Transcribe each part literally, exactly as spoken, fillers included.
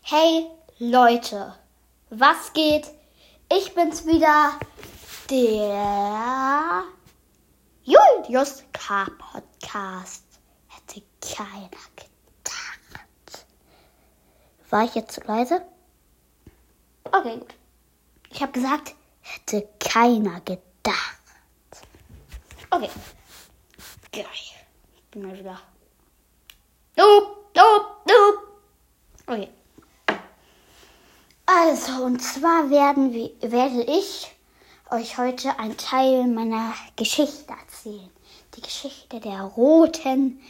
Hey Leute, was geht? Ich bin's wieder, der Julius K. Podcast. Hätte keiner gedacht. War ich jetzt zu leise? Okay, gut. Ich habe gesagt, hätte keiner gedacht. Okay. Geil. Ich bin mal wieder. Dup, dup, dup. Okay. Also, und zwar werden wir, werde ich euch heute einen Teil meiner Geschichte erzählen. Die Geschichte der roten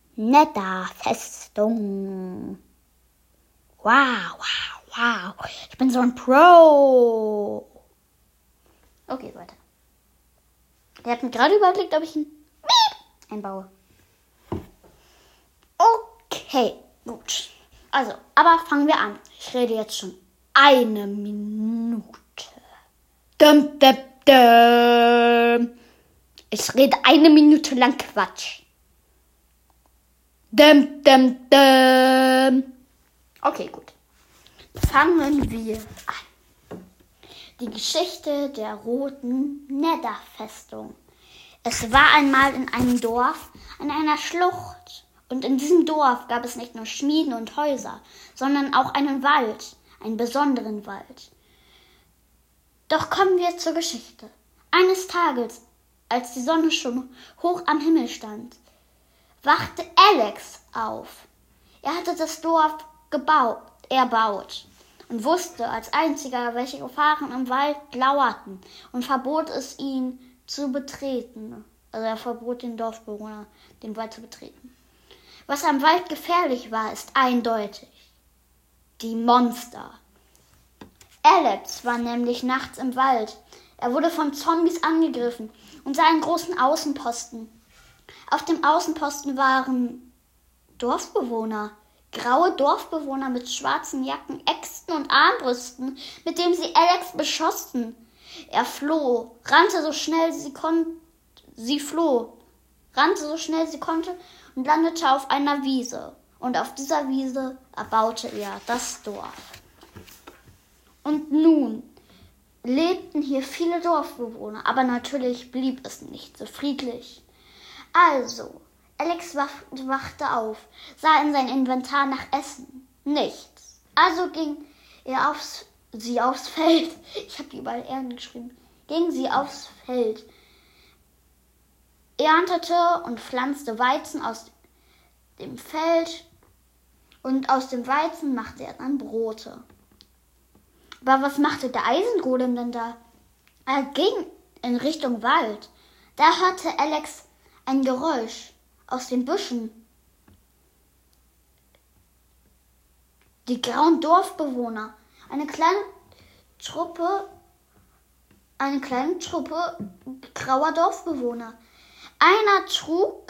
Nether-Festung. Wow, wow, wow. Ich bin so ein Pro. Okay, weiter. Der hat mir gerade überlegt, ob ich ein Miep einbaue. Okay, gut. Also, aber fangen wir an. Ich rede jetzt schon eine Minute. Dum, dum, dum. Ich rede eine Minute lang Quatsch. Dum, dum, dum. Okay, gut. Fangen wir an. Die Geschichte der roten Nether-Festung. Es war einmal in einem Dorf, an einer Schlucht. Und in diesem Dorf gab es nicht nur Schmieden und Häuser, sondern auch einen Wald, einen besonderen Wald. Doch kommen wir zur Geschichte. Eines Tages, als die Sonne schon hoch am Himmel stand, wachte Alex auf. Er hatte das Dorf gebaut, erbaut und wusste als einziger, welche Gefahren im Wald lauerten und verbot es ihn zu betreten. Also er verbot den Dorfbewohnern, den Wald zu betreten. Was am Wald gefährlich war, ist eindeutig. Die Monster. Alex war nämlich nachts im Wald. Er wurde von Zombies angegriffen und sah einen großen Außenposten. Auf dem Außenposten waren Dorfbewohner. Graue Dorfbewohner mit schwarzen Jacken, Äxten und Armbrüsten, mit denen sie Alex beschossen. Er floh, rannte so schnell sie konnte. Sie floh, rannte so schnell sie konnte und landete auf einer Wiese. Und auf dieser Wiese erbaute er das Dorf. Und nun lebten hier viele Dorfbewohner, aber natürlich blieb es nicht so friedlich. Also, Alex wachte auf, sah in sein Inventar nach Essen. Nichts. Also ging er aufs, sie aufs Feld. Ich habe überall Ehren geschrieben. Ging sie aufs Feld. Erntete und pflanzte Weizen aus dem Feld. Und aus dem Weizen machte er dann Brote. Aber was machte der Eisengolem denn da? Er ging in Richtung Wald. Da hörte Alex ein Geräusch aus den Büschen. Die grauen Dorfbewohner, eine kleine Truppe, eine kleine Truppe grauer Dorfbewohner. Einer trug,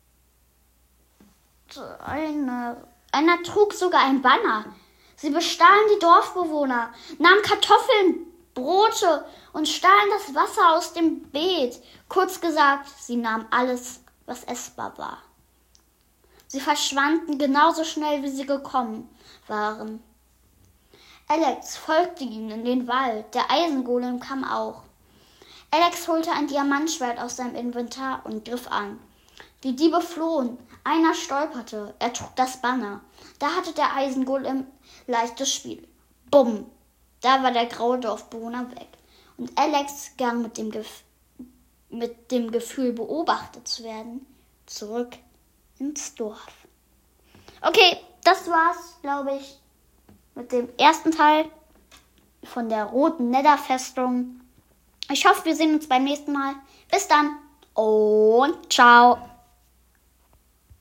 eine, einer trug sogar ein Banner. Sie bestahlen die Dorfbewohner, nahmen Kartoffeln, Brote und stahlen das Wasser aus dem Beet. Kurz gesagt, sie nahmen alles, was essbar war. Sie verschwanden genauso schnell, wie sie gekommen waren. Alex folgte ihnen in den Wald. Der Eisengolem kam auch. Alex holte ein Diamantschwert aus seinem Inventar und griff an. Die Diebe flohen. Einer stolperte. Er trug das Banner. Da hatte der Eisengolem leichtes Spiel. Bumm. Da war der graue Dorfbewohner weg. Und Alex ging mit dem, Gef- mit dem Gefühl, beobachtet zu werden, zurück ins Dorf. Okay, das war's, glaube ich, mit dem ersten Teil von der roten Nether-Festung. Ich hoffe, wir sehen uns beim nächsten Mal. Bis dann und ciao.